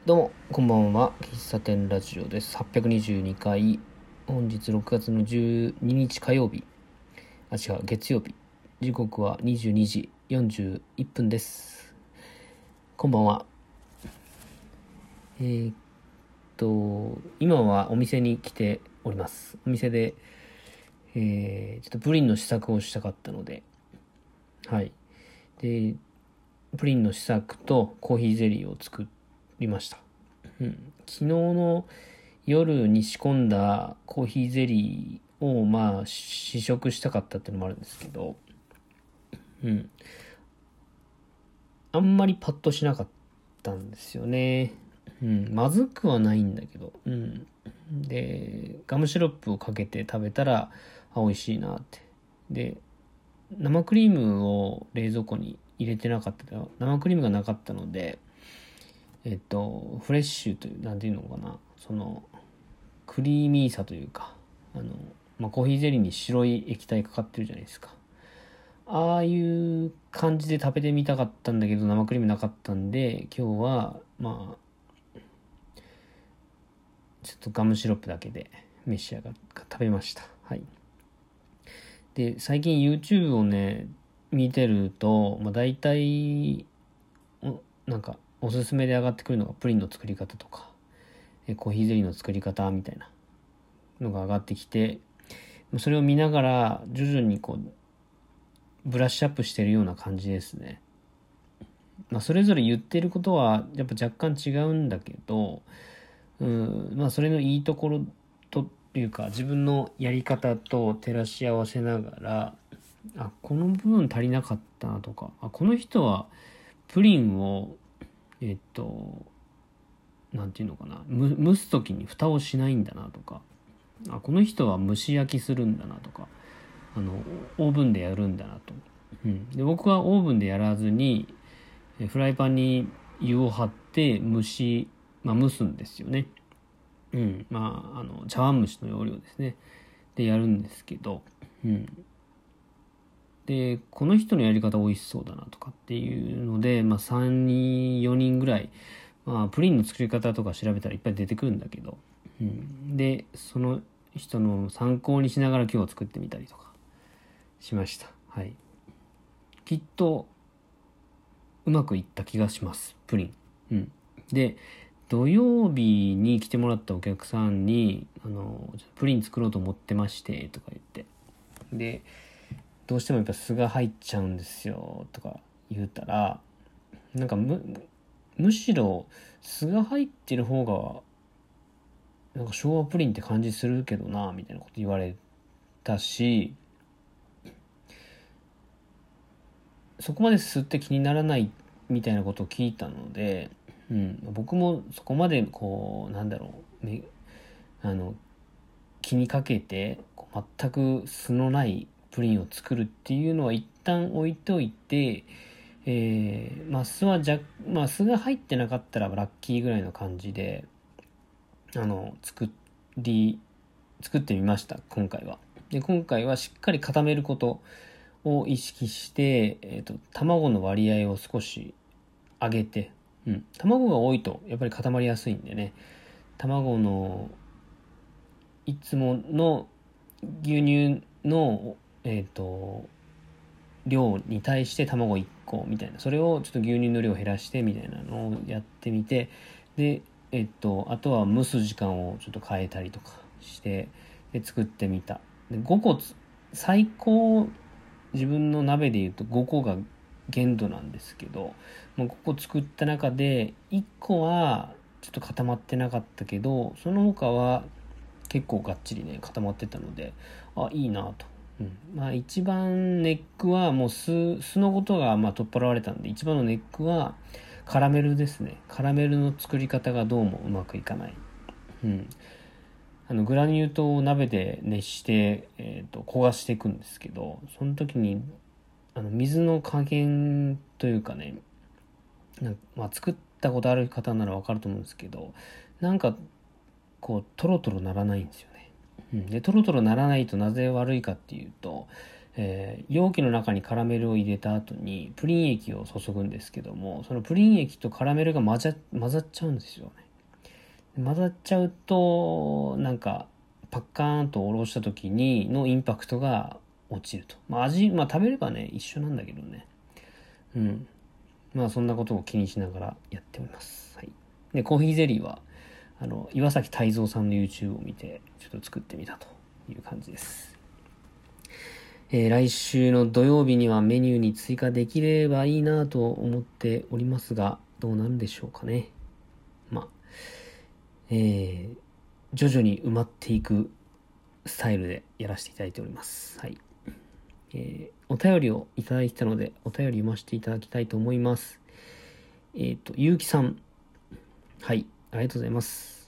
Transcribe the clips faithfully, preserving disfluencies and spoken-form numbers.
どうもこんばんは。喫茶店ラジオです。はっぴゃくにじゅうにかい、本日ろくがつのじゅうににち火曜日、あ違う月曜日、時刻はにじゅうにじよんじゅういっぷんです。こんばんは。えー、っと今はお店に来ております。お店で、えー、ちょっとプリンの試作をしたかったので、はいでプリンの試作とコーヒーゼリーを作りました。うん、昨日の夜に仕込んだコーヒーゼリーをまあ試食したかったっていうのもあるんですけど、うん、あんまりパッとしなかったんですよね。うん、まずくはないんだけど、うん、でガムシロップをかけて食べたらあ美味しいなって。で生クリームを冷蔵庫に入れてなかった生クリームがなかったので、えっとフレッシュというなんていうのかな、そのクリーミーさというか、あの、まあ、コーヒーゼリーに白い液体かかってるじゃないですか。ああいう感じで食べてみたかったんだけど生クリームなかったんで、今日はまあちょっとガムシロップだけで召し上が食べました。はい。で最近 YouTube をね見てると、まあ、大体なんかおすすめで上がってくるのがプリンの作り方とかコーヒーゼリーの作り方みたいなのが上がってきて、それを見ながら徐々にこうブラッシュアップしてるような感じですね。まあそれぞれ言ってることはやっぱ若干違うんだけど、うん、まあそれのいいところというか自分のやり方と照らし合わせながら、あこの部分足りなかったなとか、あこの人はプリンをえっとなんていうのかな、蒸す時に蓋をしないんだなとか、あこの人は蒸し焼きするんだなとか、あのオーブンでやるんだなと、うん、で僕はオーブンでやらずにフライパンに湯を張って蒸し、まあ、蒸すんですよね。うん、まああの茶碗蒸しの要領ですね。でやるんですけど、うん、でこの人のやり方美味しそうだなとかっていうので、まあ、さんにんよにんぐらい、まあ、プリンの作り方とか調べたらいっぱい出てくるんだけど、うん、でその人の参考にしながら今日は作ってみたりとかしました。はい。きっとうまくいった気がします。プリン。うん。で土曜日に来てもらったお客さんにあのプリン作ろうと思ってましてとか言って、でどうしてもやっぱ酢が入っちゃうんですよとか言うたら、なんかむむしろ酢が入ってる方がなんか昭和プリンって感じするけどなみたいなこと言われたし、そこまで酢って気にならないみたいなことを聞いたので、うん、僕もそこまでこうなんだろうめあの気にかけて全く酢のないプリンを作るっていうのは一旦置いておいて、えー、まあ酢はじゃ、まあ、酢が入ってなかったらラッキーぐらいの感じであの作り作ってみました今回は。で今回はしっかり固めることを意識して、えーと、卵の割合を少し上げて、うん、卵が多いとやっぱり固まりやすいんでね、卵のいつもの牛乳の、えーと、量に対して卵いっこみたいな、それをちょっと牛乳の量を減らしてみたいなのをやってみて、で、えっと、あとは蒸す時間をちょっと変えたりとかしてで作ってみた。でごこつ最高自分の鍋でいうとごこが限度なんですけど、もうごこ作った中でいっこはちょっと固まってなかったけど、その他は結構がっちりね固まってたので、あいいなと、うん、まあ一番ネックはもう酢酢のことがまあ取っ払われたんで、一番のネックはカラメルですね。カラメルの作り方がどうもうまくいかない、うん、あのグラニュー糖を鍋で熱して、えーと、焦がしていくんですけど、その時にあの水の加減というかね、なんかまあ、作ったことある方なら分かると思うんですけど、なんかこうトロトロならないんですよね。うん、でトロトロならないとなぜ悪いかっていうと、 えー、容器の中にカラメルを入れた後にプリン液を注ぐんですけども、そのプリン液とカラメルが混ざ混ざっちゃうんですよね。混ざっちゃうとなんかパッカーンとおろした時にのインパクトが落ちると。まあ味、まあ食べればね一緒なんだけどね。うん。まあそんなことを気にしながらやっております。はい。でコーヒーゼリーはあの岩崎泰造さんの YouTube を見てちょっと作ってみたという感じです。えー、来週の土曜日にはメニューに追加できればいいなと思っておりますが、どうなるんでしょうかね。まあ、えー、徐々に埋まっていくスタイルでやらせていただいております。はい。えー、お便りをいただいたので、お便り読ませていただきたいと思います。えっ、ー、と、ゆうきさん。はい、ありがとうございます。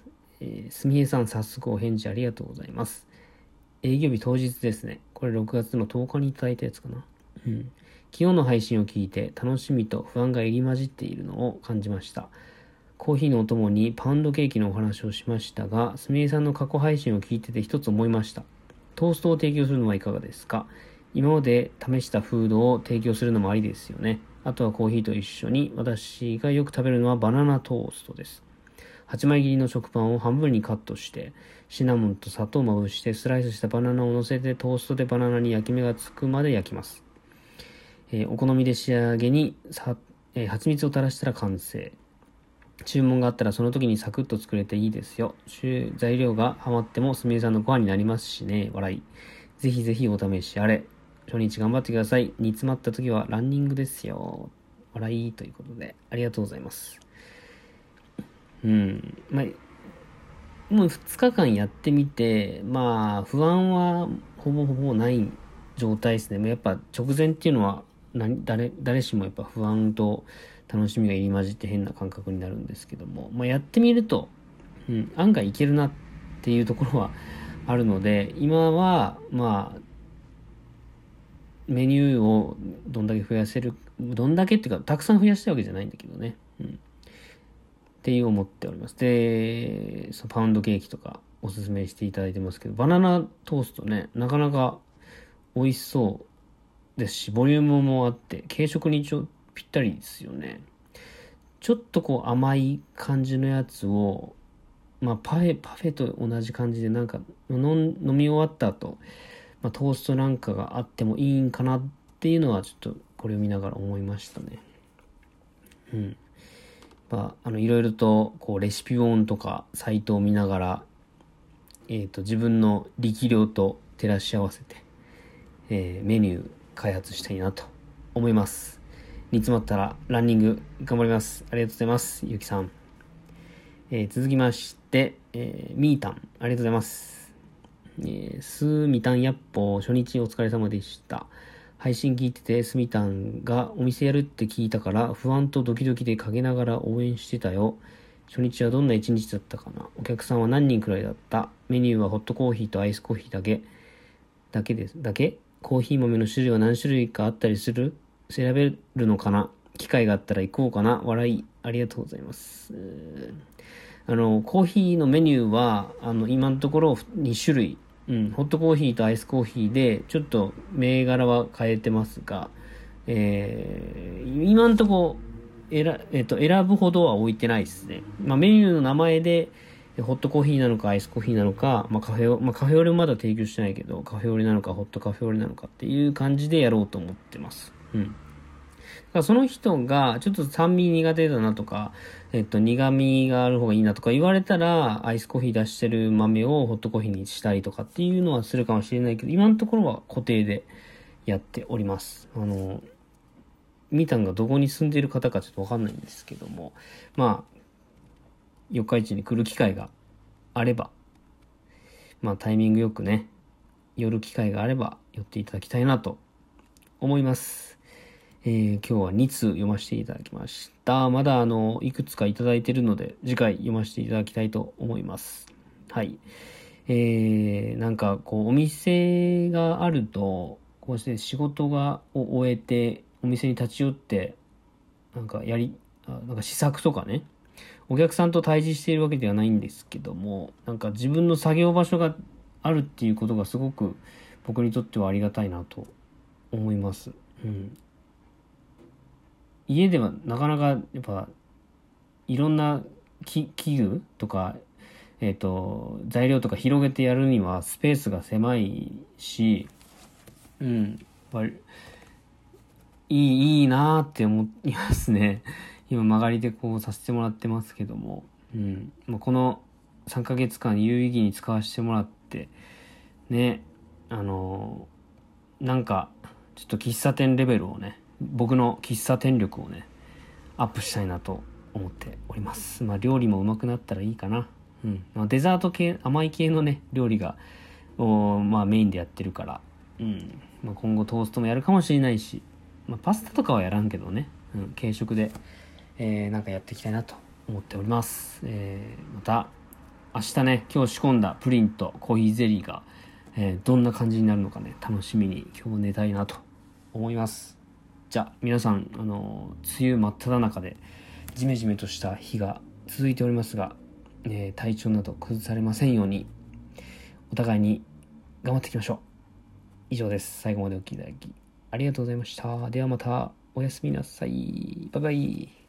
えー、すみえさん、早速お返事ありがとうございます。営業日当日ですね。これろくがつのとおかにいただいたやつかな。うん。昨日の配信を聞いて楽しみと不安が入り混じっているのを感じました。コーヒーのお供にパウンドケーキのお話をしましたが、すみれさんの過去配信を聞いてて一つ思いました。トーストを提供するのはいかがですか？今まで試したフードを提供するのもありですよね。あとはコーヒーと一緒に私がよく食べるのはバナナトーストです。はちまい切りの食パンを半分にカットして、シナモンと砂糖をまぶしてスライスしたバナナを乗せてトーストでバナナに焼き目がつくまで焼きます。えー、お好みで仕上げにさ、えー、蜂蜜を垂らしたら完成。注文があったらその時にサクッと作れていいですよ。材料がハマってもすみれさんのご飯になりますしね。笑い。ぜひぜひお試しあれ。初日頑張ってください。煮詰まった時はランニングですよ。笑いということでありがとうございます。うん。まあ、もうふつかかんやってみて、まあ、不安はほぼほぼない状態ですね。やっぱ直前っていうのは、何誰、誰しもやっぱ不安と楽しみが入り混じって変な感覚になるんですけども、まあ、やってみると、うん、案外いけるなっていうところはあるので、今は、まあ、メニューをどんだけ増やせる、どんだけっていうか、たくさん増やしたいわけじゃないんだけどね。うん。っていう思っております。で、そのパウンドケーキとかおすすめしていただいてますけど、バナナトーストね、なかなか美味しそうですし、ボリュームもあって、軽食にちょぴったりですよね。ちょっとこう甘い感じのやつを、まあパフェ、パフェと同じ感じでなんか飲飲み終わった後、まあ、トーストなんかがあってもいいんかなっていうのはちょっとこれを見ながら思いましたね。うん。まあ、あのいろいろとこうレシピ本とかサイトを見ながら、えっと自分の力量と照らし合わせて、えー、メニュー開発したいなと思います。煮詰まったらランニング頑張ります。ありがとうございます。ゆきさん。えー、続きまして、えー、みーたん。ありがとうございます。えー、すみたんやっぽ初日お疲れ様でした。配信聞いててすみたんがお店やるって聞いたから不安とドキドキで陰ながら応援してたよ。初日はどんな一日だったかな。お客さんは何人くらいだった？メニューはホットコーヒーとアイスコーヒーだけだけですだけコーヒー豆の種類は何種類かあったりする？調べるのかな。機会があったら行こうかな。笑い。ありがとうございます。あのコーヒーのメニューはあの今のところに種類、うん、ホットコーヒーとアイスコーヒーでちょっと銘柄は変えてますが、えー、今のところ選、えっと、選ぶほどは置いてないですね。まあ、メニューの名前でホットコーヒーなのかアイスコーヒーなのか、まあ、カフェオ、まあ、カフェオレもまだ提供してないけどカフェオレなのかホットカフェオレなのかっていう感じでやろうと思ってます。うん。だからその人がちょっと酸味苦手だなとか、えっと、苦味がある方がいいなとか言われたら、アイスコーヒー出してる豆をホットコーヒーにしたりとかっていうのはするかもしれないけど、今のところは固定でやっております。あの、みたんがどこに住んでいる方かちょっとわかんないんですけども、まあ、四日市に来る機会があれば、まあタイミングよくね、寄る機会があれば寄っていただきたいなと思います。えー、今日はにつう読ませていただきました。まだあのいくつかいただいているので次回読ませていただきたいと思います。はい。えー、なんかこうお店があるとこうして仕事がを終えてお店に立ち寄ってなんかやりなんか試作とかね、お客さんと対峙しているわけではないんですけども、なんか自分の作業場所があるっていうことがすごく僕にとってはありがたいなと思います。うん。家ではなかなかやっぱいろんな器具とか、えっと、材料とか広げてやるにはスペースが狭いし、うん、やっぱりいい、いいなーって思いますね。今曲がりでこうさせてもらってますけども、うん、まあ、このさんかげつかん有意義に使わせてもらって、ね、あのーなんか、ちょっと喫茶店レベルをね、僕の喫茶店力をね、アップしたいなと思っております。まあ料理も上手くなったらいいかな。うん。まあ、デザート系、甘い系のね、料理が、おまあメインでやってるから、うん。まあ今後トーストもやるかもしれないし、まあパスタとかはやらんけどね、うん、軽食で、えー、なんかやっていきたいなと思っております。えー、また、明日ね、今日仕込んだプリンとコーヒーゼリーが、えー、どんな感じになるのかね、楽しみに今日寝たいなと思います。じゃあ皆さん、あの梅雨真っ只中でジメジメとした日が続いておりますが、えー、体調など崩されませんようにお互いに頑張っていきましょう。以上です。最後までお聞きいただきありがとうございました。ではまたおやすみなさい。バイバイ。